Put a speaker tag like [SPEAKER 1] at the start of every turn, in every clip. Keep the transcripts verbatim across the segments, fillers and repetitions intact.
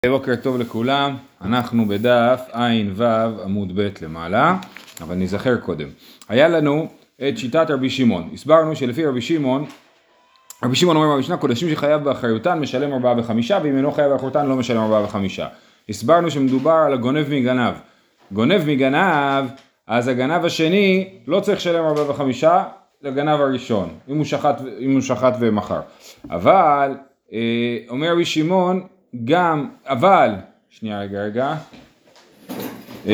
[SPEAKER 1] בוקר טוב לכולם, אנחנו בדף עין וו עמוד ב' למעלה, אבל נזכר קודם. היה לנו את שיטת רבי שמעון, הסברנו שלפי רבי שמעון, רבי שמעון אומר במשנה, קודשים שחייב באחריותן משלם ארבעה וחמישה, ואם אינו חייב באחריותן לא משלם ארבעה וחמישה. הסברנו שמדובר על הגונב מגנב. גונב מגנב, אז הגנב השני לא צריך לשלם ארבעה וחמישה לגנב הראשון, אם הוא שחט, אם הוא שחט ומכר. אבל, אה, אומר רבי שמעון, גם, אבל, שנייה רגע רגע, אה,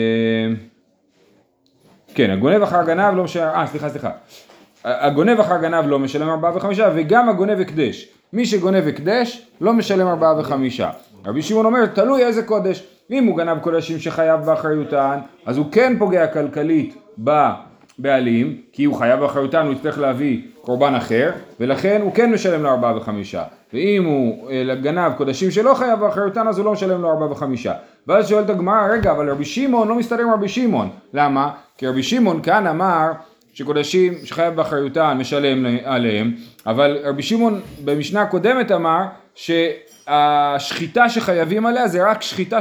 [SPEAKER 1] כן, הגונב אחר גנב לא משלם, אה סליחה סליחה, הגונב אחר גנב לא משלם ארבעה וחמישה, וגם הגונב הקדש, מי שגונב הקדש לא משלם ארבעה וחמישה. רבי שמעון אומר, תלוי איזה קודש, אם הוא גנב קודשים שחייב באחריותן, אז הוא כן פוגע כלכלית בבעלים, כי הוא חייב באחריותן, הוא יצטרך להביא קורבן אחר, ולכן הוא כן משלם לו ארבעה וחמישה. ואם הוא גנב קודשים שלא חייב באחריותן, אז הוא לא משלם לו ארבעה וחמישה. ואז שואלת הגמרא, רגע, אבל רבי שמעון לא מסתדר עם רבי שמעון. למה? כי רבי שמעון כאן אמר שקודשים שחייב באחריותן משלם עליהם, אבל רבי שמעון במשנה הקודמת אמר שהשחיטה שחייבים עליה זה רק שחיטה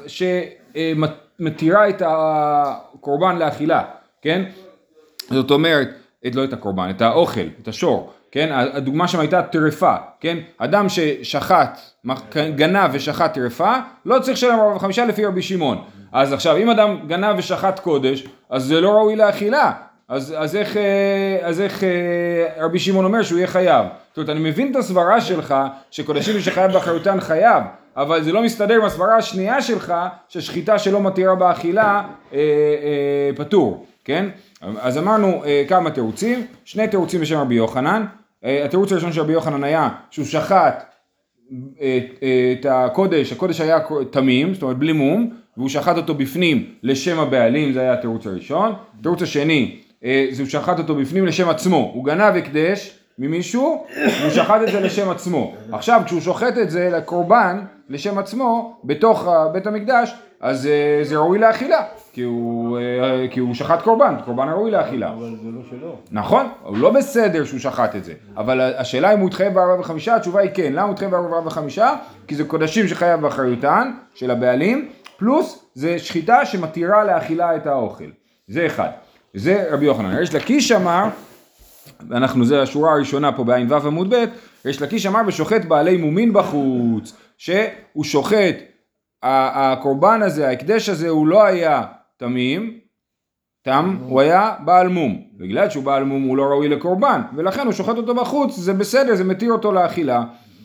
[SPEAKER 1] שמתירה את הקורבן לאכילה, כן? זאת אומרת, את, לא את הקורבן, את האוכל, את השור. כן, הדוגמה שם הייתה טרפה, כן, אדם ששחט, גנב ושחט טרפה, לא צריך לשלם ארבעה וחמישה לפי רבי שמעון. אז עכשיו, אם אדם גנב ושחט קודש, אז זה לא ראוי לאכילה, אז, אז איך, אז איך רבי שמעון אומר שהוא יהיה חייב? זאת אומרת, אני מבין את הסברה שלך, שקודשים שחייב באחריותן חייב, אבל זה לא מסתדר עם הסברה השנייה שלך, ששחיטה שלא מתירה באכילה, אה, אה, פטור, כן? אז אמרנו אה, כמה תירוצים, שני תירוצים בשם רבי יוחנן. אה, התירוץ הראשון של רבי יוחנן היה שהוא שחט אה, אה, את הקודש, הקודש היה תמים, זאת אומרת בלי מום, והוא שחט אותו בפנים לשם הבעלים, זה היה התירוץ הראשון. התירוץ השני, אה, זה הוא שחט אותו בפנים לשם עצמו, הוא גנב הקדש ממישהו, והוא שחט את זה לשם עצמו. עכשיו כשהוא שוחט את זה לקורבן, לשם עצמו, בתוך בית המקדש, אז אה, זה ראוי לאכילה. כי הוא, כי הוא שחט קורבן, קורבן ראוי לאכילה.
[SPEAKER 2] אבל זה לא שלו.
[SPEAKER 1] נכון, הוא לא בסדר שהוא שחט את זה. אבל השאלה אם הוא התחייב בארבעה וחמישה, התשובה היא כן. למה הוא התחייב בארבעה וחמישה? כי זה קודשים שחייב באחריותן של הבעלים, פלוס זה שחיטה שמתירה לאכילה את האוכל. זה אחד. זה רבי יוחנן. ריש לקיש אמר, אנחנו, זה השורה הראשונה פה בעין וו עמוד ב', ריש לקיש אמר ושוחט בעלי מומין בחוץ, שהוא שוחט, הקורבן הזה, ההקדש הזה הוא לא היה תמים, תם, הוא היה בעל מום. בגלל שהוא בעל מום הוא לא ראוי לקורבן, ולכן הוא שוחט אותו בחוץ, זה בסדר, זה מתיר אותו לאכילה.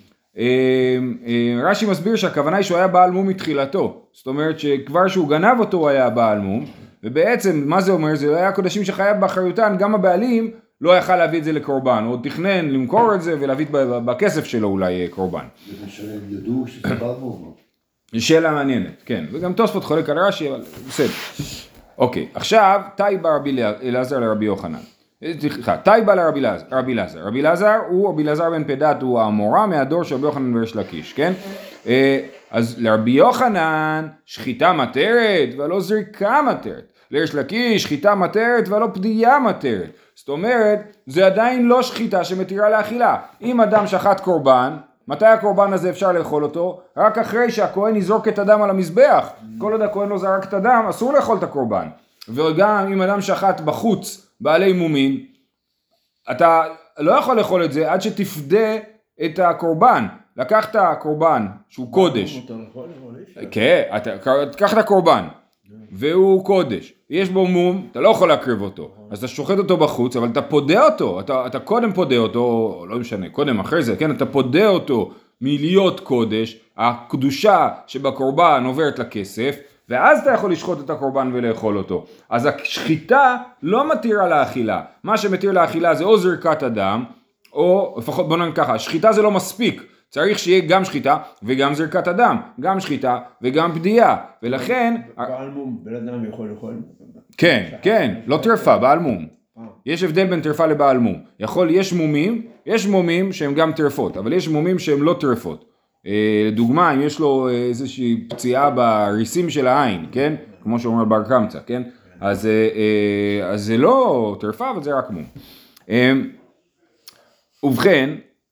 [SPEAKER 1] רש"י מסביר שהכוונה היא שהוא היה בעל מום מתחילתו, זאת אומרת שכבר שהוא גנב אותו הוא היה בעל מום, ובעצם מה זה אומר? זה היה קודשים שחייב באחריותן, גם הבעלים לא יכל להביא את זה לקורבן, הוא תכנן למכור את זה ולהביא בכסף שלו אולי קורבן.
[SPEAKER 2] שהם ידעו שזה בעל מום.
[SPEAKER 1] שאלה מעניינת, כן, וגם תוספות חולק על רש"י, אבל בסדר. אוקיי, עכשיו, תאי בא רבי אלעזר לרבי יוחנן. סליחה, תאי בא לרבי אלעזר. רבי אלעזר הוא, רבי אלעזר בן פדת הוא האמורא מהדור של רבי יוחנן וריש לקיש, כן? אז לרבי יוחנן שחיטה מטרת ולא זריקה מטרת. לריש לקיש שחיטה מטרת ולא פדייה מטרת. זאת אומרת, זה עדיין לא שחיטה שמתירה לאכילה. אם אדם שחט קורבן, מתי הקורבן הזה אפשר לאכול אותו? רק אחרי שהכהן יזרוק את הדם על המזבח. כל עוד הכהן לא זרק את הדם, אסור לאכול את הקורבן. וגם אם אדם שחט בחוץ בעלי מומין, אתה לא יכול לאכול את זה עד שתפדה את הקורבן. לקחת קורבן שהוא קודש. כן, תקח את הקורבן. והוא קודש, יש בו מום, אתה לא יכול להקריב אותו, אז אתה שוחט אותו בחוץ, אבל אתה פודה אותו, אתה, אתה קודם פודה אותו, לא משנה, קודם אחרי זה, כן, אתה פודה אותו מלהיות קודש, הקדושה שבקורבן עוברת לכסף, ואז אתה יכול לשחוט את הקורבן ולאכול אותו. אז השחיטה לא מתירה לאכילה, מה שמתיר לאכילה זה או זריקת הדם, או לפחות בוא נגיד ככה, השחיטה זה לא מספיק, צריך שיהיה גם שחיטה וגם זריקת הדם, גם שחיטה וגם פדייה, ולכן...
[SPEAKER 2] בעל מום, בן אדם יכול לאכול?
[SPEAKER 1] כן, כן, לא טרפה, בעל מום. יש הבדל בין טרפה לבעל מום. יכול, יש מומים, יש מומים שהם גם טרפות, אבל יש מומים שהם לא טרפות. לדוגמה, אם יש לו איזושהי פציעה בריסים של העין, כן? כמו שאומר בר קמצא, כן? אז, אז זה לא טרפה, אבל זה רק מום. ובכן,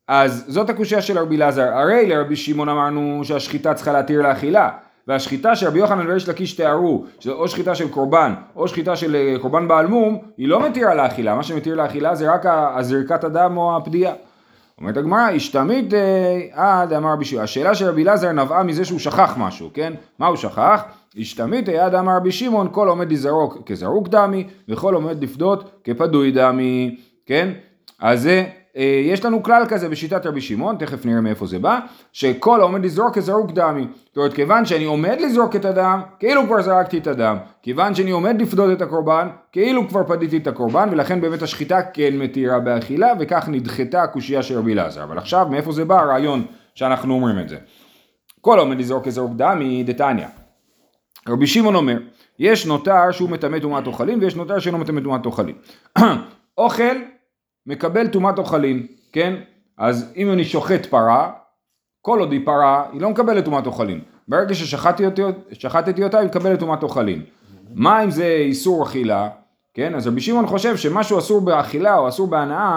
[SPEAKER 1] אז זאת הקושיה של רבי אלעזר, הרי לרבי שמעון אמרנו שהשחיטה צריכה להתיר לאכילה, והשחיטה שרבי יוחנן וריש לקיש תיארו, שזה או שחיטה של קורבן, או שחיטה של קורבן בעל מום, היא לא מתירה לאכילה, מה שמתיר לאכילה זה רק הזריקת הדם או הפדיעה. אומרת הגמרא, השתמית עד אמר רבי שמעון, השאלה של רבי אלעזר נבעה מזה שהוא שכח משהו, כן? מה הוא שכח? השתמית עד אמר רבי שמעון, כל עומד לזרוק כזרוק דמי, וכל עומד לפדות כפדוי דמי, כן? אז זה, יש לנו כלל כזה בשיטת רבי שמעון, תכף נראה מאיפה זה בא, שכל עומד לזרוק כזרוק דמי. זאת אומרת, כיוון שאני עומד לזרוק את הדם, כאילו כבר זרקתי את הדם. כיוון שאני עומד לפדות את הקורבן, כאילו כבר פדיתי את הקורבן, ולכן באמת השחיטה כן מתירה באכילה, וכך נדחתה הקושיה של רבי אלעזר. אבל עכשיו, מאיפה זה בא הרעיון שאנחנו אומרים את זה? כל עומד לזרוק כזרוק דמי, דתניא. רבי שמעון אומר, יש נותר שהוא מטמא טומאת אוכלים, ויש נותר שאינו מטמא טומאת אוכלים. אוכל מקבל טומאת אוכלים, כן? אז אם אני שוחט פרה, כל עוד היא פרה, היא לא מקבלת טומאת אוכלים. ברגע ששחטתי אותה, היא מקבלת טומאת אוכלים. מה אם זה איסור אכילה? כן? אז רבי שמעון חושב שמשהו אסור באכילה או אסור בהנאה,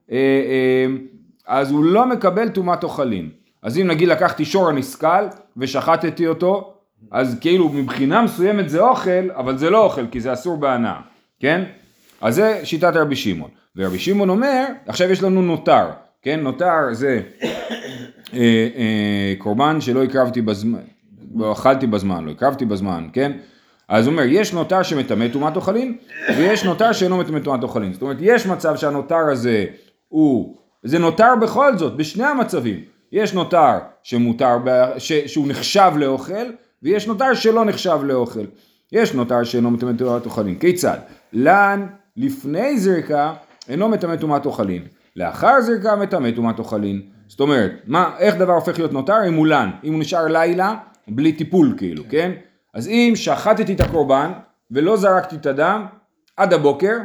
[SPEAKER 1] אז הוא לא מקבל טומאת אוכלים. אז אם נגיד לקחתי שור הנסקל ושחטתי אותו, אז כאילו מבחינה מסוימת זה אוכל, אבל זה לא אוכל, כי זה אסור בהנאה. כן? אז זה שיטת רבי שמעון. ורבי שמעון אומר, עכשיו יש לנו נותר, כן? נותר זה אה, אה, קורבן שלא הקרבתי בזמן, לא אכלתי בזמן, לא הקרבתי בזמן, כן? אז הוא אומר, יש נותר שמטמא טומאת אוכלים, ויש נותר שאינו מטמא טומאת אוכלים. זאת אומרת, יש מצב שהנותר הזה הוא, זה נותר בכל זאת, בשני המצבים. יש נותר שמותר, ש, שהוא נחשב לאוכל, ויש נותר שלא נחשב לאוכל. יש נותר שאינו מטמא טומאת אוכלים. כיצד? לן לפני זריקה אינו מטמא טומאת אוכלים, לאחר זריקה מטמא טומאת אוכלים. זאת אומרת, מה, איך דבר הופך להיות נותר? אם הוא לן, אם הוא נשאר לילה, בלי טיפול כאילו, כן? אז אם שחטתי את הקורבן ולא זרקתי את הדם עד הבוקר,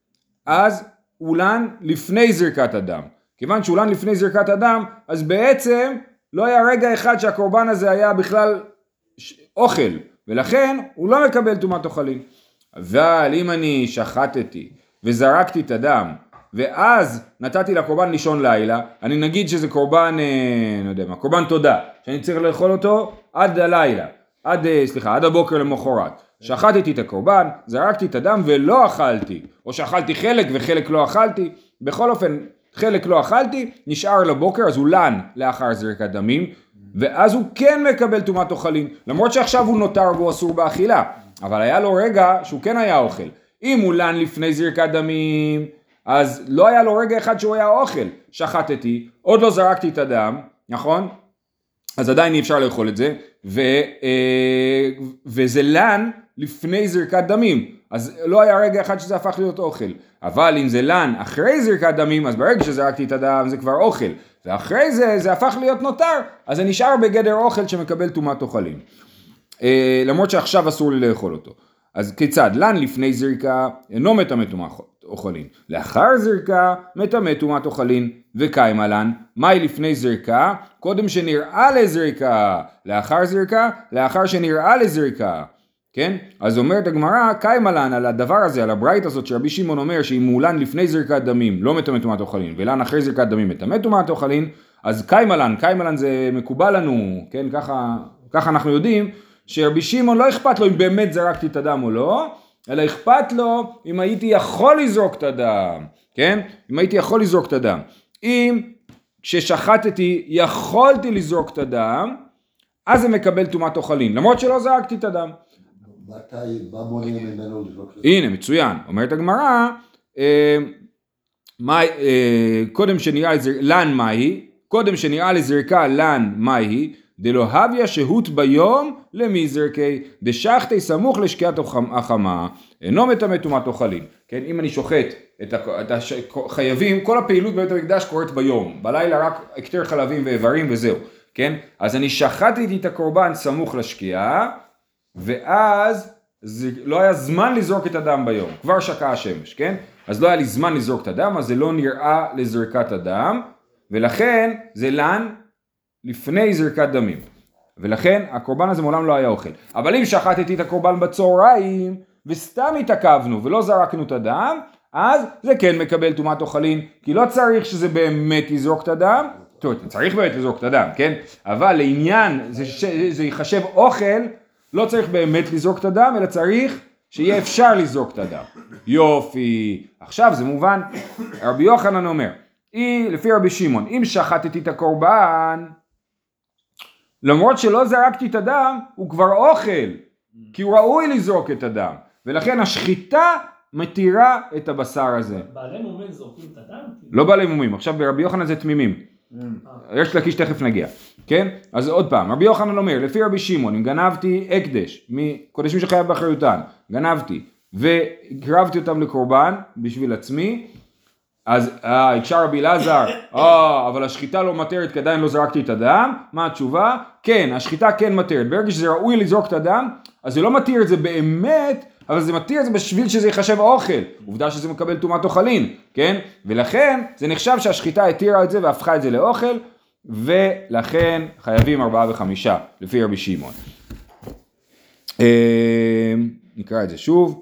[SPEAKER 1] אז הוא לן לפני זריקת הדם. כיוון שהוא לן לפני זריקת הדם, אז בעצם לא היה רגע אחד שהקורבן הזה היה בכלל אוכל, ולכן הוא לא מקבל טומאת אוכלים. אבל אם אני שחטתי וזרקתי את הדם, ואז נתתי לקורבן לישון לילה, אני נגיד שזה קורבן, אה, לא יודע מה, קורבן תודה, שאני צריך לאכול אותו עד הלילה, עד, סליחה, עד הבוקר למחרת. שחטתי את הקורבן, זרקתי את הדם ולא אכלתי, או שאכלתי חלק וחלק לא אכלתי, בכל אופן חלק לא אכלתי, נשאר לבוקר, אז הוא לן לאחר זריקת דמים, ואז הוא כן מקבל טומאת אוכלים, למרות שעכשיו הוא נותר והוא אסור באכילה, אבל היה לו רגע שהוא כן היה אוכל. אם הוא לן לפני זריקת דמים, אז לא היה לו רגע אחד שהוא היה אוכל. שחטתי, עוד לא זרקתי את הדם, נכון? אז עדיין אי אפשר לאכול את זה, ו, אה, וזה לן לפני זריקת דמים, אז לא היה רגע אחד שזה הפך להיות אוכל. אבל אם זה לן אחרי זריקת דמים, אז ברגע שזרקתי את הדם זה כבר אוכל, ואחרי זה זה הפך להיות נותר, אז זה נשאר בגדר אוכל שמקבל טומאת אוכלים. אה, למרות שעכשיו אסור לי לאכול אותו. אז כיצד? לן לפני זריקה אינו מטמא טומאת אוכלים, לאחר זריקה מטמא טומאת אוכלים, וקיימה לן, מהי לפני זריקה? קודם שנראה לזריקה, לאחר זריקה, לאחר שנראה לזריקה, כן? אז אומרת הגמרא, קיימה לן על הדבר הזה, על הברייתא הזאת שרבי שמעון אומר שאם הוא לן לפני זריקת דמים לא מטמא טומאת אוכלים, ולן אחרי זריקת דמים מטמא טומאת אוכלים, אז קיימה לן, קיימה לן זה מקובל לנו, כן? ככה, ככה אנחנו יודעים שרבי שמעון לא אכפת לו אם באמת זרקתי את הדם או לא, אלא אכפת לו אם הייתי יכול לזרוק את הדם, כן? אם הייתי יכול לזרוק את הדם. אם כששחטתי יכולתי לזרוק את הדם, אז זה מקבל טומאת אוכלים, למרות שלא זרקתי את הדם.
[SPEAKER 2] מתי, מה מונע ממנו לזרוק את הדם?
[SPEAKER 1] הנה, מצוין. אומרת הגמרא, אה, מה, אה, קודם שנראה לן מהי, קודם שנראה לזרקה לן מהי, דלא הביה שהות ביום למזרקי דשחתי סמוך לשקיעת החמה אינו מטמא טומאת אוכלים. כן, אם אני שוחט את החייבים, כל הפעילות בבית המקדש קורית ביום, בלילה רק הקטר חלבים ואיברים וזהו, כן? אז אני שחטתי את הקורבן סמוך לשקיעה, ואז זה לא היה זמן לזרוק את הדם ביום, כבר שקעה השמש, כן? אז לא היה לי זמן לזרוק את הדם, אז זה לא נראה לזריקת הדם, ולכן זה לן לפני זריקת דמים, ולכן הקורבן הזה מעולם לא היה אוכל. אבל אם שחטתי את הקורבן בצהריים וסתם התעכבנו ולא זרקנו את הדם, אז זה כן מקבל טומאת אוכלים, כי לא צריך שזה באמת יזרוק את הדם, טוב, צריך באמת לזרוק את הדם, כן? אבל לעניין, זה, ש... זה יחשב אוכל, לא צריך באמת לזרוק את הדם, אלא צריך שיהיה אפשר לזרוק את הדם. יופי. עכשיו זה מובן, רבי יוחנן אומר, היא, לפי רבי שמעון, אם שחטתי את הקורבן, למרות שלא זרקתי את הדם, הוא כבר אוכל, כי הוא ראוי לזרוק את הדם, ולכן השחיטה מתירה את הבשר הזה.
[SPEAKER 3] בעלי מומים זורקים את הדם?
[SPEAKER 1] לא בעלי מומים, עכשיו ברבי יוחנן זה תמימים. יש לקיש תכף נגיע, כן? אז עוד פעם, רבי יוחנן אומר, לפי רבי שמעון, אם גנבתי הקדש, מקודשים שחייב באחריותן, גנבתי, והקרבתי אותם לקורבן בשביל עצמי, אז אה, הקשר רבי אלעזר, אה, אבל השחיטה לא מתרת כי עדיין לא זרקתי את הדם, מה התשובה? כן, השחיטה כן מתרת, ברגע שזה ראוי לזרוק את הדם, אז זה לא מתיר את זה באמת, אבל זה מתיר את זה בשביל שזה יחשב אוכל, עובדה שזה מקבל טומאת אוכלין, כן? ולכן זה נחשב שהשחיטה התירה את זה והפכה את זה לאוכל, ולכן חייבים ארבעה וחמישה, לפי רבי שמעון. נקרא את זה שוב.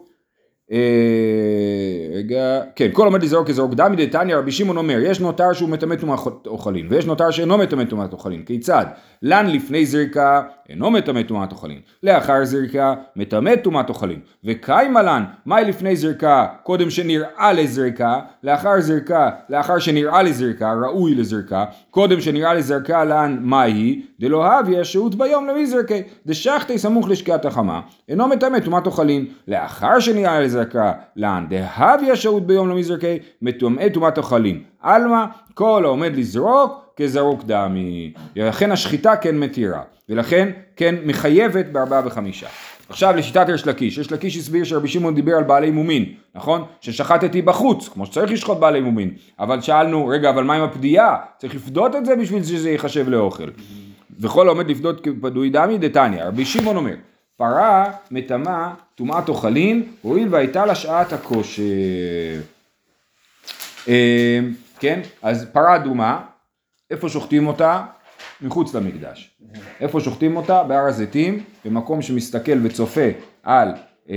[SPEAKER 1] רגע, כן, כל עומד לזרוק כזרוק דם מדתניא, רבי שמעון אומר, יש נותר שהוא מטמא טומאת אוכלין, ויש נותר שאינו מטמא טומאת אוכלין. כיצד? לן לפני זריקה אינו מטמא טומאת אוכלין, לאחר זריקה מטמא טומאת אוכלין. וקיימה לן, מהי לפני זריקה קודם שנראה לזריקה, לאחר זריקה, לאחר שנראה לזריקה, ראוי לזריקה, קודם שנראה לזריקה לן מהי, דלא הביא שהות ביום למזרקי, דשחטי סמוך לשקיעת החמה, אינו מטמא טומאת אוכלין, לאחר שנראה לזריקה לן דהביא השהות ביום למזרקי, מטמא טומאת אוכלין. עלמא, כל העומד לזרוק כזרוק דמי. לכן השחיטה כן מתירה, ולכן כן מחייבת בארבעה וחמישה. עכשיו לשיטת ריש לקיש, ריש לקיש הסביר שרבי שמעון דיבר על בעלי מומין, נכון? ששחטתי בחוץ, כמו שצריך לשחוט בעלי מומין, אבל שאלנו, רגע, אבל מה עם הפדיעה? צריך לפדות את זה בשביל שזה ייחשב לאוכל. וכל העומד לפדות כפדוי דמי דתניא, רבי שמעון אומר, פרה מטמאה טומאת אוכלין, הואיל והייתה לה שעת הכושר. כן, אז פרה אדומה, איפה שוחטים אותה? מחוץ למקדש. איפה שוחטים אותה? בהר הזיתים, במקום שמסתכל וצופה על, אה,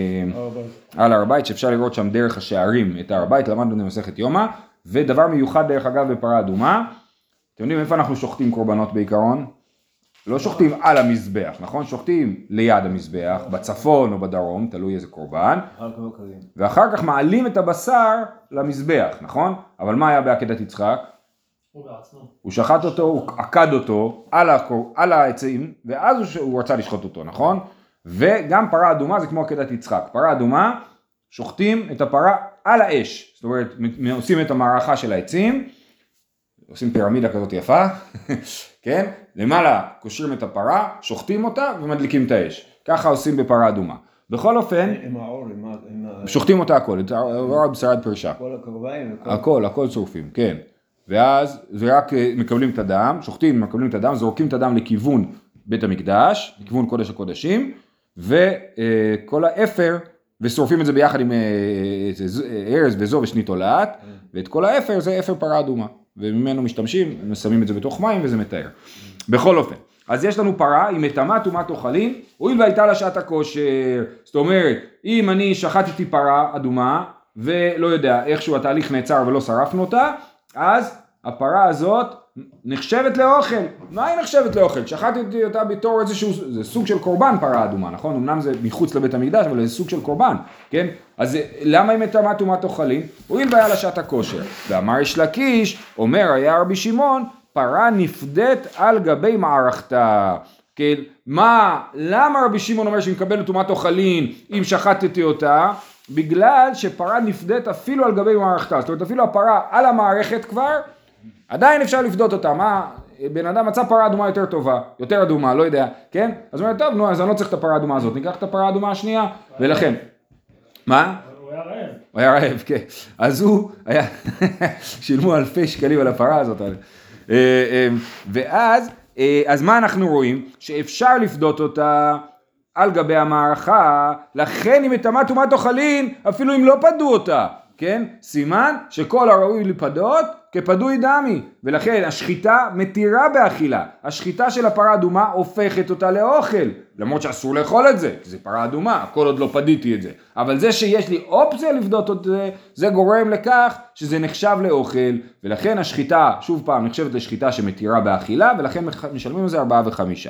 [SPEAKER 1] על הר הבית, שאפשר לראות שם דרך השערים את הר הבית, למדנו במסכת יומא, ודבר מיוחד דרך אגב בפרה אדומה, אתם יודעים איפה אנחנו שוחטים קורבנות בעיקרון? לא שוחטים על המזבח, נכון? שוחטים ליד המזבח, בצפון או בדרום, תלוי איזה קורבן, ואחר כך מעלים את הבשר למזבח, נכון? אבל מה היה בעקדת יצחק?
[SPEAKER 3] הוא בעצמו.
[SPEAKER 1] הוא שחט אותו, הוא עקד אותו על, הקור... על העצים, ואז הוא, ש... הוא רצה לשחוט אותו, נכון? וגם פרה אדומה זה כמו עקדת יצחק. פרה אדומה, שוחטים את הפרה על האש. זאת אומרת, עושים את המערכה של העצים, עושים פירמידה כזאת יפה, כן? למעלה קושרים את הפרה, שוחטים אותה ומדליקים את האש. ככה עושים בפרה אדומה. בכל אופן,
[SPEAKER 4] עם האור, עם ה...
[SPEAKER 1] שוחטים אותה הכל, את האור בשרד פרשה.
[SPEAKER 4] כל הקרביים.
[SPEAKER 1] הכל, הכל שורפים, כן. ואז זה רק מקבלים את הדם, שוחטים, מקבלים את הדם, זורקים את הדם לכיוון בית המקדש, לכיוון קודש הקודשים, וכל האפר, ושורפים את זה ביחד עם ארז וזו ושנית תולעת, ואת כל האפר זה אפר פרה אדומה, וממנו משתמשים, שמים את זה בתוך מים וזה מתאר. בכל אופן, אז יש לנו פרה, היא מטמאה טומאת אוכלין, הואיל והייתה לה שעת הכושר, זאת אומרת, אם אני שחטתי פרה אדומה, ולא יודע, איכשהו התהליך נעצר ולא שרפנו אותה, אז הפרה הזאת נחשבת לאוכל. מה היא נחשבת לאוכל? שחטתי אותה בתור איזשהו, זה סוג של קורבן פרה אדומה, נכון? אמנם זה מחוץ לבית המקדש, אבל זה סוג של קורבן, כן? אז למה היא מטמאה טומאת אוכלין? הואיל והיה לה שעת הכושר. ואמר ריש לקיש, אומר היה רבי שמעון, פרה נפדית על גבי מערכתה. כן? מה, למה רבי שמעון אומר שהיא מקבלת טומאת אוכלין אם שחטתי אותה? בגלל שפרה נפדית אפילו על גבי מערכתה, זאת אומרת אפילו הפרה על המערכת כבר, עדיין אפשר לפדות אותה, מה, בן אדם מצא פרה אדומה יותר טובה, יותר אדומה, לא יודע, כן? אז הוא אומר, טוב, נו, אז אני לא צריך את הפרה האדומה הזאת, ניקח את הפרה האדומה השנייה, ולכן, מה?
[SPEAKER 3] הוא היה רעב.
[SPEAKER 1] הוא היה רעב, כן, אז הוא היה, שילמו אלפי שקלים על הפרה הזאת, ואז, אז מה אנחנו רואים? שאפשר לפדות אותה, על גבי המערכה, לכן היא מטמאה טומאת אוכלין, אפילו אם לא פדו אותה. כן? סימן שכל הראוי לפדות כפדוי דמי, ולכן השחיטה מתירה באכילה. השחיטה של הפרה האדומה הופכת אותה לאוכל, למרות שאסור לאכול את זה, כי זה פרה אדומה, הכל עוד לא פדיתי את זה. אבל זה שיש לי אופציה לפדות את זה, זה גורם לכך שזה נחשב לאוכל, ולכן השחיטה, שוב פעם, נחשבת לשחיטה שמתירה באכילה, ולכן משלמים על זה ארבעה וחמישה.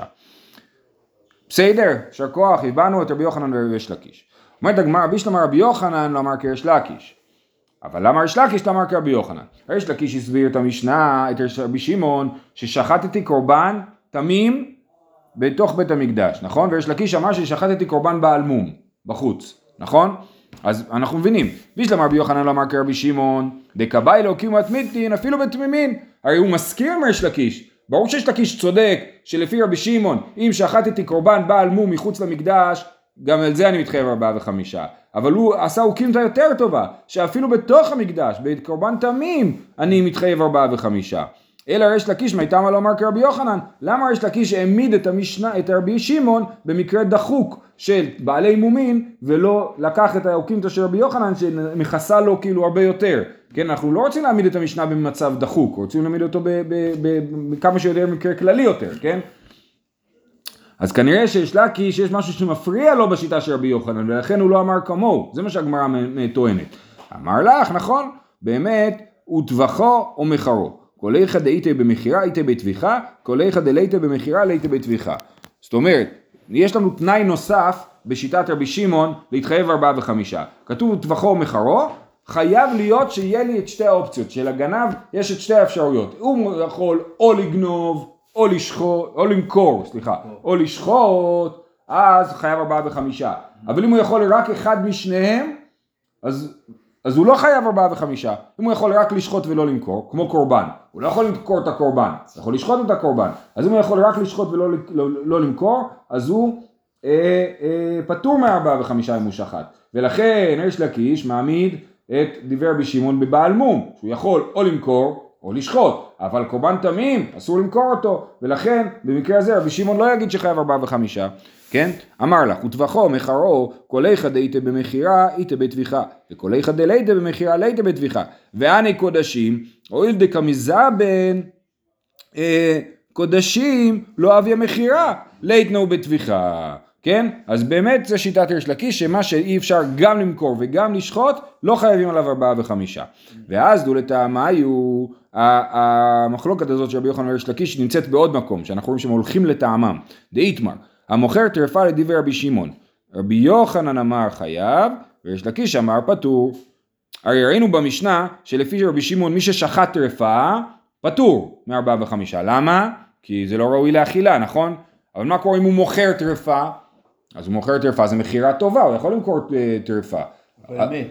[SPEAKER 1] בסדר, שר כוח, הבנו את רבי יוחנן וריש לקיש. אומרת הגמרא, בישלמה רבי יוחנן לא אמר כריש לקיש. אבל למה ריש לקיש לא אמר כרבי יוחנן? ריש לקיש הסביר את המשנה, את רבי שמעון, ששחטתי קורבן תמים בתוך בית המקדש, נכון? וריש לקיש אמר ששחטתי קורבן בעל מום, בחוץ, נכון? אז אנחנו מבינים, בישלמה רבי יוחנן לא אמר כרבי שמעון, דקבאי אלוקים התמיתין, אפילו בתמימין, הרי הוא מזכיר מריש לקיש, ברור שיש לקיש צודק, שלפי רבי שמעון, אם שחטתי קורבן בעל מום מחוץ למקדש, גם על זה אני מתחייב ארבעה וחמישה. אבל הוא עשה אוקימתא יותר טובה, שאפילו בתוך המקדש, בקורבן תמים, אני מתחייב ארבעה וחמישה. אלא ריש לקיש, מייתמה לא אמר כרבי יוחנן, למה ריש לקיש העמיד את המשנה, את רבי שמעון, במקרה דחוק של בעלי מומין, ולא לקח את האוקימתא של רבי יוחנן, שמכסה לו כאילו הרבה יותר. כן, אנחנו לא רוצים להעמיד את המשנה במצב דחוק, רוצים להעמיד אותו בכמה שיותר מקרה כללי יותר, כן? אז כנראה שיש לקיש שיש משהו שמפריע לו בשיטה של רבי יוחנן, ולכן הוא לא אמר כמוהו, זה מה שהגמרא טוענת. אמר לך, נכון, באמת, הוא טבחו או מחרו. כל איכא דאיתא במכירה, איתא בטביחה, כל איכא דלייתא במכירה, לייתא בטביחה. זאת אומרת, יש לנו תנאי נוסף בשיטת רבי שמעון להתחייב ארבעה וחמישה. כתוב טבחו או מחרו, חייב להיות שיהיה לי את שתי האופציות, שלגנב יש את שתי האפשרויות. הוא יכול או לגנוב, או לשחוט, או למכור, סליחה, או לשחוט, אז חייב ארבעה וחמישה. אבל אם הוא יכול רק אחד משניהם, אז, אז הוא לא חייב ארבעה וחמישה. אם הוא יכול רק לשחוט ולא למכור, כמו קורבן, הוא לא יכול למכור את הקורבן, הוא יכול לשחוט את הקורבן. אז אם הוא יכול רק לשחוט ולא לא, לא למכור, אז הוא אה, אה, פטור מארבעה וחמישה אם הוא שחט. ולכן ריש לקיש מעמיד את דברי רבי שמעון בבעל מום, שהוא יכול או למכור, או לשחוט, אבל קורבן תמים, אסור למכור אותו, ולכן במקרה הזה רבי שמעון לא יגיד שחייב ארבעה וחמישה, כן? אמר לך, וטבחו, מחרו, כל איכא דאיתא במכירה, איתא בטביחה, וכל איכא דלייתא במכירה, לייתא בטביחה, ואני קודשים, הואיל דקמזבן, אה, קודשים, לא אביה מכירה, לייתנו בטביחה. כן? אז באמת זה שיטת ריש לקיש, שמה שאי אפשר גם למכור וגם לשחוט, לא חייבים עליו ארבעה וחמישה. ואז דו לטעמה היו, המחלוקת הזאת של רבי יוחנן וריש לקיש נמצאת בעוד מקום, שאנחנו רואים שהם הולכים לטעמם. דאיתמר, המוכר טרפה לדברי רבי שמעון. רבי יוחנן אמר חייב, וריש לקיש אמר פטור. הרי ראינו במשנה, שלפי רבי שמעון מי ששחט טרפה, פטור מארבעה וחמישה. למה? כי זה לא ראוי לאכילה, נכון? אבל מה קורה אם הוא מוכר טרפה? אז הוא מוכר טרפה, זה מחירה טובה, הוא יכול למכור טרפה.
[SPEAKER 4] באמת.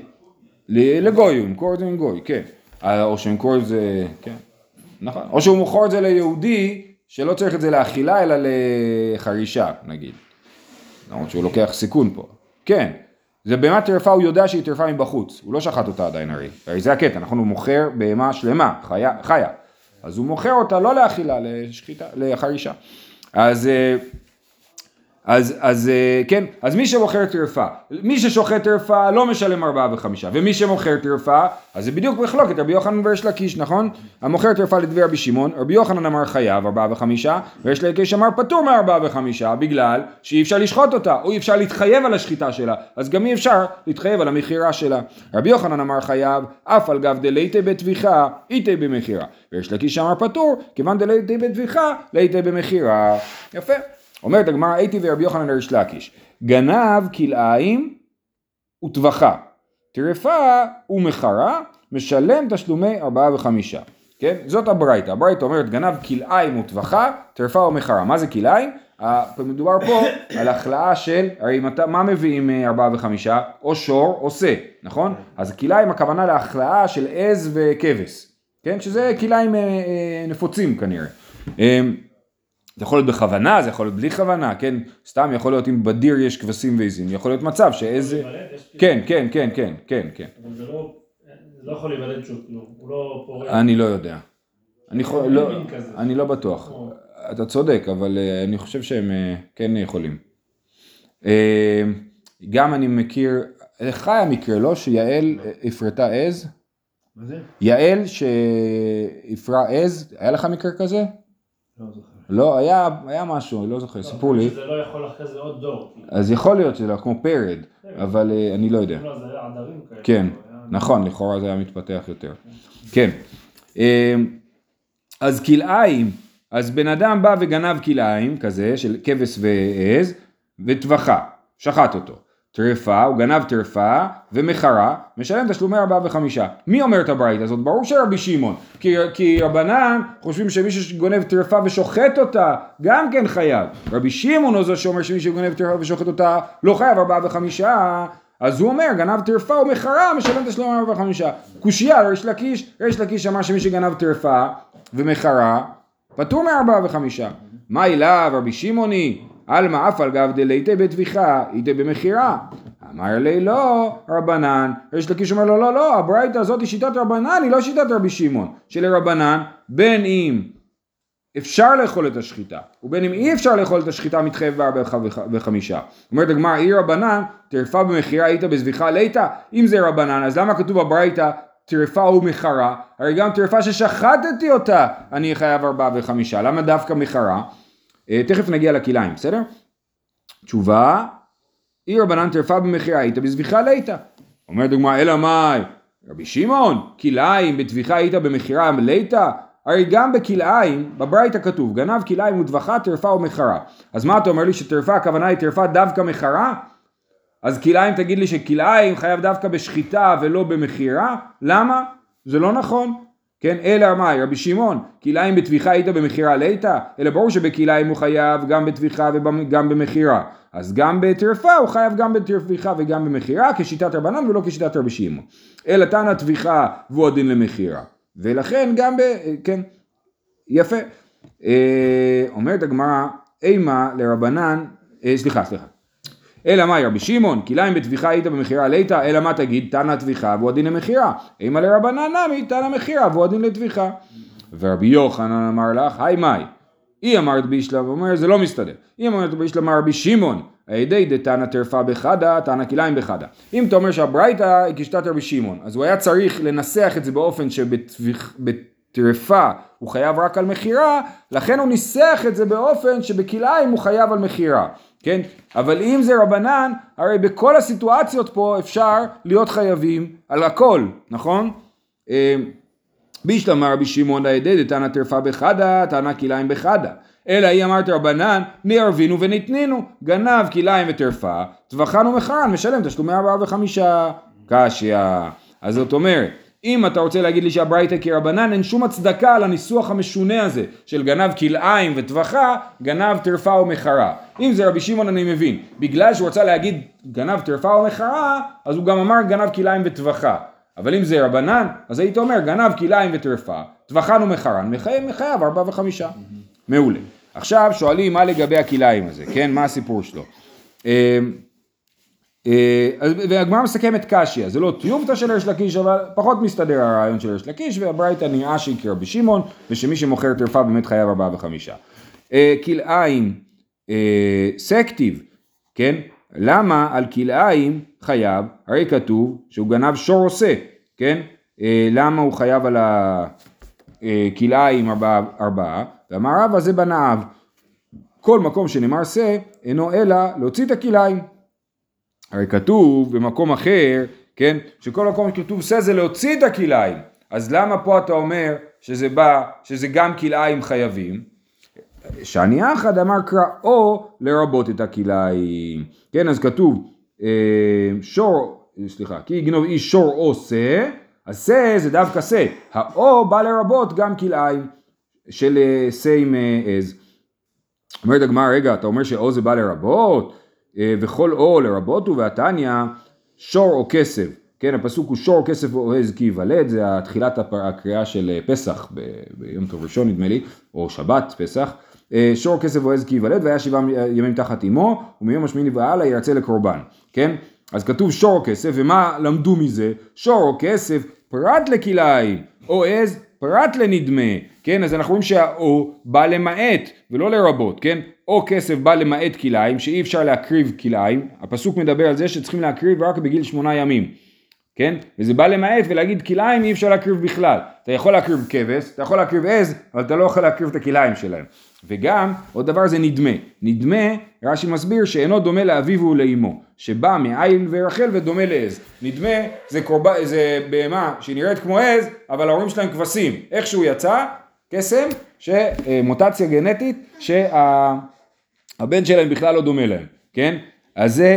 [SPEAKER 1] לגוי, הוא למכור את זה עם גוי, כן. או שהוא למכור את זה, כן. נכון. או שהוא מוכר את זה ליהודי, שלא צריך את זה לאכילה, אלא לחרישה, נגיד. למרות שהוא לוקח סיכון פה. כן. זה בהמה טרפה, הוא יודע שהיא טרפה מבחוץ. הוא לא שחט אותה עדיין הרי. הרי זה הקטע, אנחנו הוא מוכר בהמה שלמה, חיה, חיה. אז הוא מוכר אותה לא לאכילה, לשחיטה, לחרישה. אז, אז, אז, כן, אז מי שמוכר טרפה, מי ששוחט טרפה לא משלם ארבעה וחמישה, ומי שמוכר טרפה, אז זה בדיוק מחלוקת, רבי יוחנן וריש לקיש, נכון? המוכר טרפה לדברי רבי שמעון, רבי יוחנן אמר חייב ארבעה וחמישה, וריש לקיש אמר פטור מארבעה וחמישה, בגלל שאי אפשר לשחוט אותה, או אי אפשר להתחייב על השחיטה שלה, אז גם אי אפשר להתחייב על המחירה שלה. רבי יוחנן אמר חייב, אף על גב דלייתא בטביחה, איתא במחירה. וריש לקיש אמר פטור, כיוון דלייתא בטביחה, לייתא במחירה. יפה. אומרת הגמרא, הייתי ורבי יוחנן לריש לקיש, גנב כלאיים וטבחה, טרפה ומחרה, משלם תשלומי ארבעה וחמישה. כן? זאת הברייתא. הברייתא אומרת, גנב כלאיים וטבחה, טרפה ומחרה. מה זה כלאיים? מדובר פה על החלאה של, הרי מה מביאים ארבעה וחמישה? או שור או שא, נכון? אז כלאיים הכוונה להחלאה של עז וכבש. כן? שזה כלאיים נפוצים כנראה. זה יכול להיות בכוונה, זה יכול להיות בלי כוונה, כן? סתם יכול להיות אם בדיר יש כבשים ועזים, יכול להיות מצב שאיזה... כן, כן, כן, כן, כן, כן.
[SPEAKER 3] אבל זה לא יכול להיוולד שוב, הוא לא פורע.
[SPEAKER 1] אני לא יודע. אני לא בטוח. אתה צודק, אבל אני חושב שהם כן יכולים. גם אני מכיר, לך היה מקרה, לא? שיעל הפרטה עז?
[SPEAKER 3] מה זה?
[SPEAKER 1] יעל שהפרה עז, היה לך מקרה כזה?
[SPEAKER 3] לא זוכר.
[SPEAKER 1] לא, היה, היה משהו, לא זוכר, סיפור לי.
[SPEAKER 3] זה לא יכול אחרי זה עוד דור.
[SPEAKER 1] אז יכול להיות שזה כמו פרד, אבל אני לא יודע.
[SPEAKER 3] לא, זה היה עדרים כאלה.
[SPEAKER 1] כן, נכון, לכאורה זה היה מתפתח יותר. כן. אז כלאיים, אז בן אדם בא וגנב כלאיים כזה, של כבש ועז, וטבחה, שחט אותו. טרפה, הוא גנב טרפה, ומחרה, משלם תשלומי ארבעה וחמישה. מי אומר את הברית הזאת? ברור שרבי שמעון. כי, כי רבנן חושבים שמי שגונב טרפה ושוחט אותה, גם כן חייב. רבי שמעון הוא זה שאומר שמי שגונב טרפה ושוחט אותה, לא חייב ארבעה וחמישה. אז הוא אומר, גנב טרפה ומחרה, משלם תשלומי ארבעה וחמישה. קושייה, ריש לקיש, ריש לקיש אמר שמי שגנב טרפה ומחרה, פטור מארבעה וחמישה. מה אליו, רבי שמעוני? אלמה אף על גב דלייטה בטביחה, איתה במחירה. אמר לי לא, רבנן. ריש לקיש אומר לו, לא, לא, הברייתא הזאת היא שיטת רבנן, היא לא שיטת רבי שמעון. שלרבנן, בין אם אפשר לאכול את השחיטה, ובין אם אי אפשר לאכול את השחיטה מתחייב בארבע וחמישה. אומרת הגמרא, אי רבנן, טרפה במחירה איתה בזביחה ליתה. אם זה רבנן, אז למה כתוב בברייתא טרפה ומחרה? הרי גם טרפה ששחטתי אותה, אני חייב ארבע וחמישה. למה דווקא מחרה? תכף נגיע לכליים, בסדר? תשובה, אי רבנן טרפה במחירה איתה בזביחה ליתה. אומרת דוגמה, אלא מאי? רבי שמעון, כליים בטביחה איתה במחירה ליתה? הרי גם בכליים, בברייתא כתוב, גנב כליים וטבחה, טרפה ומחרה. אז מה אתה אומר לי שטרפה, הכוונה היא טרפה דווקא מחרה? אז כליים תגיד לי שכליים חייב דווקא בשחיטה ולא במחירה? למה? זה לא נכון. כן, אלא מאי, רבי שמעון, כליים בטביחה איתה במחירה ליתה? אלא ברור שבכליים הוא חייב גם בטביחה וגם במחירה. אז גם בטרפה הוא חייב גם בטביחה וגם במחירה, כשיטת רבנן ולא כשיטת רבי שמעון. אלא תנא טביחה והוא הדין למחירה. ולכן גם ב... כן, יפה. אה, אומרת הגמרא, אימה לרבנן, אה, סליחה, סליחה. אלא מה רבי שמעון, כליים בטביחה איתה במחירה ליתה, אלא מה תגיד, תנא טביחה והוא הדין למחירה. אימה לרבנן נמי, תנא מחירה והוא הדין לטביחה. ורבי יוחנן אמר לך, היי מאי, היא אמרת בישלה, ואומר, זה לא מסתדר. היא אמרת בישלה, אמר רבי שמעון, הידי דתנא טרפה בחדה, תנא כליים בחדה. אם אתה אומר שהברייתא היא כשיטת רבי שמעון, אז הוא היה צריך לנסח את זה באופן שבטרפה הוא חייב רק על מחירה, לכן הוא ניסח את זה באופן שבכליים הוא חייב על מחירה. כן? אבל אם זה רבנן, הרי בכל הסיטואציות פה אפשר להיות חייבים על הכל, נכון? בישלמה רבי שמעון הידי דתנא טרפה בחדה, תנא כליים בחדה. אלא היא אמרת רבנן, נערבינו ונתנינו, גנב כליים וטרפה, טבחן ומחרן, משלם תשלומי ארבעה וחמישה. קשיא. אז זאת אומרת, אם אתה רוצה להגיד לי שהברייתא כרבנן, אין שום הצדקה על הניסוח המשונה הזה, של גנב כליים וטבחה, גנב טרפה ומחרה. אם זה רבי שמעון אני מבין, בגלל שהוא רצה להגיד גנב טרפה ומחרה, אז הוא גם אמר גנב כליים וטבחה. אבל אם זה רבנן, אז היית אומר גנב כליים וטרפה, טבחן ומחרן, מחייב, מחייב ארבעה וחמישה. מעולה. עכשיו שואלים מה לגבי הכליים הזה, כן? מה הסיפור שלו? והגמרא מסכמת קשיא, זה לא טיובתא של ריש לקיש, אבל פחות מסתדר הרעיון של ריש לקיש, והברייתא נראה שהיא כרבי שמעון, ושמי שמוכר טרפה באמת חייב ארבעה וחמישה. כלאיים סקטיב, כן? למה על כלאיים חייב? הרי כתוב שהוא גנב שור עושה, כן? למה הוא חייב על הכלאיים ארבעה? ואמר רבא זה בנאב, כל מקום שנאמר שא אינו אלא להוציא את הכלאיים. הרי כתוב במקום אחר, כן, שכל מקום שכתוב שא זה להוציא את הכלאיים. אז למה פה אתה אומר שזה בא, שזה גם כלאיים חייבים? שאני אחד אמר קרא או לרבות את הכלאיים. כן, אז כתוב אה, שור, סליחה, כי יגנוב איש שור או שא, אז שא זה דווקא שא. האו בא לרבות גם כלאיים של שא עם עז. אומרת הגמרא, רגע, אתה אומר שאו זה בא לרבות? וכל או לרבות הוא והתניא שור או כסף, כן, הפסוק הוא שור כסף או עז כי יוולד, זה התחילת הקריאה של פסח ביום טוב ראשון נדמה לי, או שבת פסח, שור כסף או עז כי יוולד והיה שבעה ימים תחת אמו ומיום השמיני והלאה ירצה לקורבן, כן, אז כתוב שור או כסף, ומה למדו מזה? שור או כסף פרט לכלאיים, או עז פרט לנדמה, כן, אז אנחנו רואים שהאו בא למעט ולא לרבות, כן, או כסף בא למעט כליים, שאי אפשר להקריב כליים, הפסוק מדבר על זה שצריכים להקריב רק בגיל שמונה ימים, כן? וזה בא למעט ולהגיד כליים אי אפשר להקריב בכלל, אתה יכול להקריב כבש, אתה יכול להקריב עז, אבל אתה לא יכול להקריב את הכליים שלהם. וגם, עוד דבר זה נדמה, נדמה, רש"י מסביר שאינו דומה לאביו ולאמו, שבא מעיל ורחל ודומה לעז. נדמה זה, קורבן, זה בהמה שנראית כמו עז, אבל ההורים שלהם כבשים, איכשהו יצא, קסם, שמוטציה גנטית, שהבן שלהם בכלל לא דומה להם, כן? אז זה,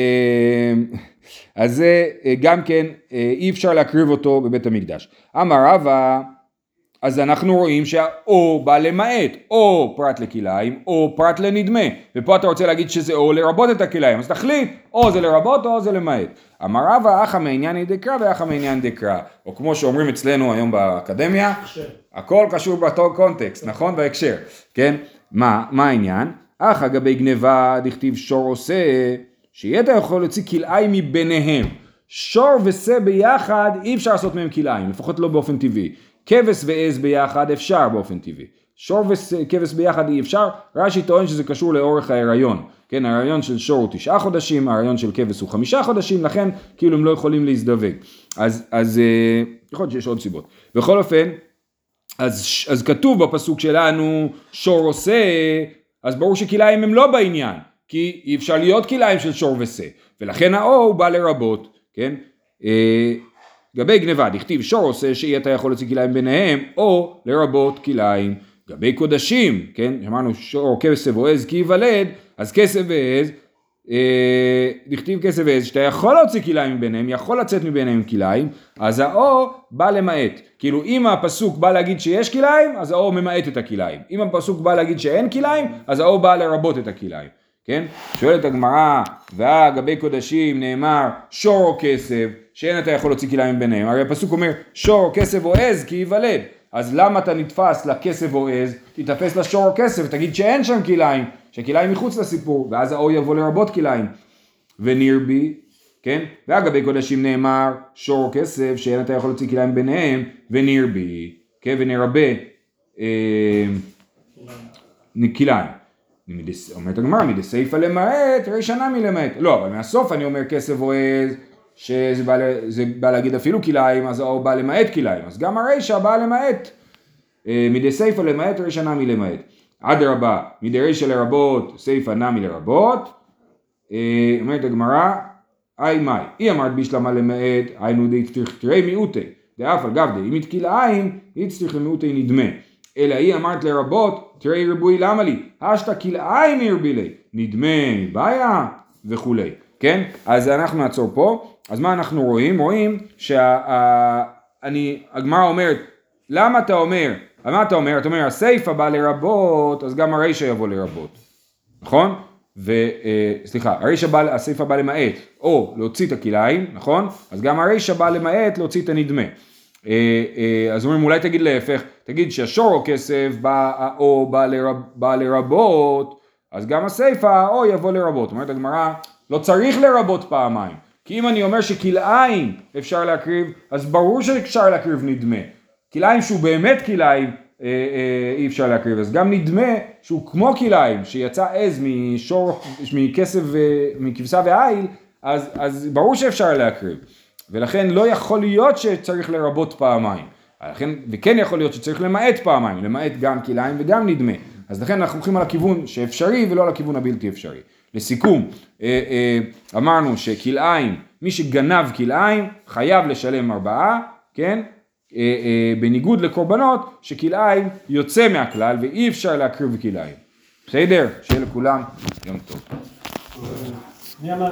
[SPEAKER 1] אז זה גם כן אי אפשר להקריב אותו בבית המקדש. אמר רבא, אז אנחנו רואים שהאו בא למעט, או פרט לכליים, או פרט לנדמה, ופה אתה רוצה להגיד שזה או לרבות את הכליים, אז תחליט, או זה לרבות או זה למעט. אמר רבא, אחא מעניין דקרא ואחא מעניין דקרא, או כמו שאומרים אצלנו היום באקדמיה, הכל קשור באותו קונטקסט, נכון? בהקשר, כן? מה, מה העניין? אחא גבי גניבה דכתיב שור עושה, שיהיה אתה יכול להוציא כלאיים מביניהם, שור ושה ביחד אי אפשר לעשות מהם כלאיים, לפחות לא באופן טבעי. כבש ועז ביחד אפשר באופן טבעי. שור וכבש ביחד אי אפשר. רש"י טוען שזה קשור לאורך ההיריון. כן, ההיריון של שור הוא תשעה חודשים, ההיריון של כבש הוא חמישה חודשים, לכן כאילו הם לא יכולים להזדווג. אז, אז יכול להיות שיש עוד סיבות. בכל אופן, אז, אז כתוב בפסוק שלנו שור עושה, אז ברור שכליים הם לא בעניין, כי אי אפשר להיות כליים של שור ושה, ולכן האו הוא בא לרבות, כן? גבי גניבה, דכתיב שור עושה שאי אתה יכול להוציא כליים ביניהם, או לרבות כליים. גבי קודשים, כן, אמרנו שור כסף או עז כי ייוולד, אז כסף ועז, אה, דכתיב כסף ועז, שאתה יכול להוציא כליים ביניהם, יכול לצאת מביניהם כליים, אז האו בא למעט. כאילו אם הפסוק בא להגיד שיש כליים, אז האו ממעט את הכליים. אם הפסוק בא להגיד שאין כליים, אז האו בא לרבות את הכליים. כן? שואלת הגמרא, והגבי קודשים נאמר שור או כסף, שאין אתה יכול להוציא כליים ביניהם. הרי הפסוק אומר שור או כסף או עז כי ייוולד. אז למה אתה נתפס לכסף או עז? תתפס לשור או כסף, תגיד שאין שם כליים, שכליים מחוץ לסיפור, ואז האו יבוא לרבות כליים. ונרבי, כן? והגבי קודשים נאמר שור או כסף, שאין אתה יכול להוציא כליים ביניהם, ונרבי, כן? ונרבה אה, כליים. אומרת הגמרא, מדסייפא למעט, ראשונה מלמעט. לא, אבל מהסוף אני אומר כסף או עז, שזה בא, זה בא להגיד אפילו כליים, אז הוא בא למעט כליים. אז גם הרישא בא למעט. מדסייפא למעט, ראשונה מלמעט. עד רבה, מדרישא לרבות, סייפא נמי לרבות. אומרת הגמרא, אי מאי, אי אמרת בישלמה למעט, היינו די תראי מיעוטי, דאף על גב די, אם יתכליים, יצטריך למיעוטי נדמה. אלא היא אמרת לרבות, תראי ריבוי למה לי, השתה כלאיים ירבי לי, נדמה מבעיה וכולי, כן? אז אנחנו נעצור פה, אז מה אנחנו רואים? רואים שאני, הגמרא אומרת, למה אתה אומר, מה אתה אומר? אתה אומר, הסייפא בא לרבות, אז גם הרישא יבוא לרבות, נכון? וסליחה, הרישא בא, הסייפא בא למעט, או להוציא את הכלאיים, נכון? אז גם הרישא בא למעט להוציא את הנדמה. אז אומרים אולי תגיד להפך, תגיד שהשור או כסף בא, או בא, לרב, בא לרבות, אז גם הסייפא או יבוא לרבות. אומרת הגמרא, לא צריך לרבות פעמיים, כי אם אני אומר שכלאיים אפשר להקריב, אז ברור שאפשר להקריב נדמה. כלאיים שהוא באמת כלאיים אה, אה, אי אפשר להקריב, אז גם נדמה שהוא כמו כלאיים, שיצא עז משור, מכסף, מכבשה ועיל, אז, אז ברור שאפשר להקריב. ולכן לא יכול להיות שצריך לרבות פעמיים, לכן, וכן יכול להיות שצריך למעט פעמיים, למעט גם כלאיים וגם נדמה, אז לכן אנחנו הולכים על הכיוון שאפשרי ולא על הכיוון הבלתי אפשרי. לסיכום, אמרנו שכלאיים, מי שגנב כלאיים חייב לשלם ארבעה, כן? בניגוד לקורבנות שכלאיים יוצא מהכלל ואי אפשר להקריב כלאיים. בסדר? שיהיה לכולם יום טוב.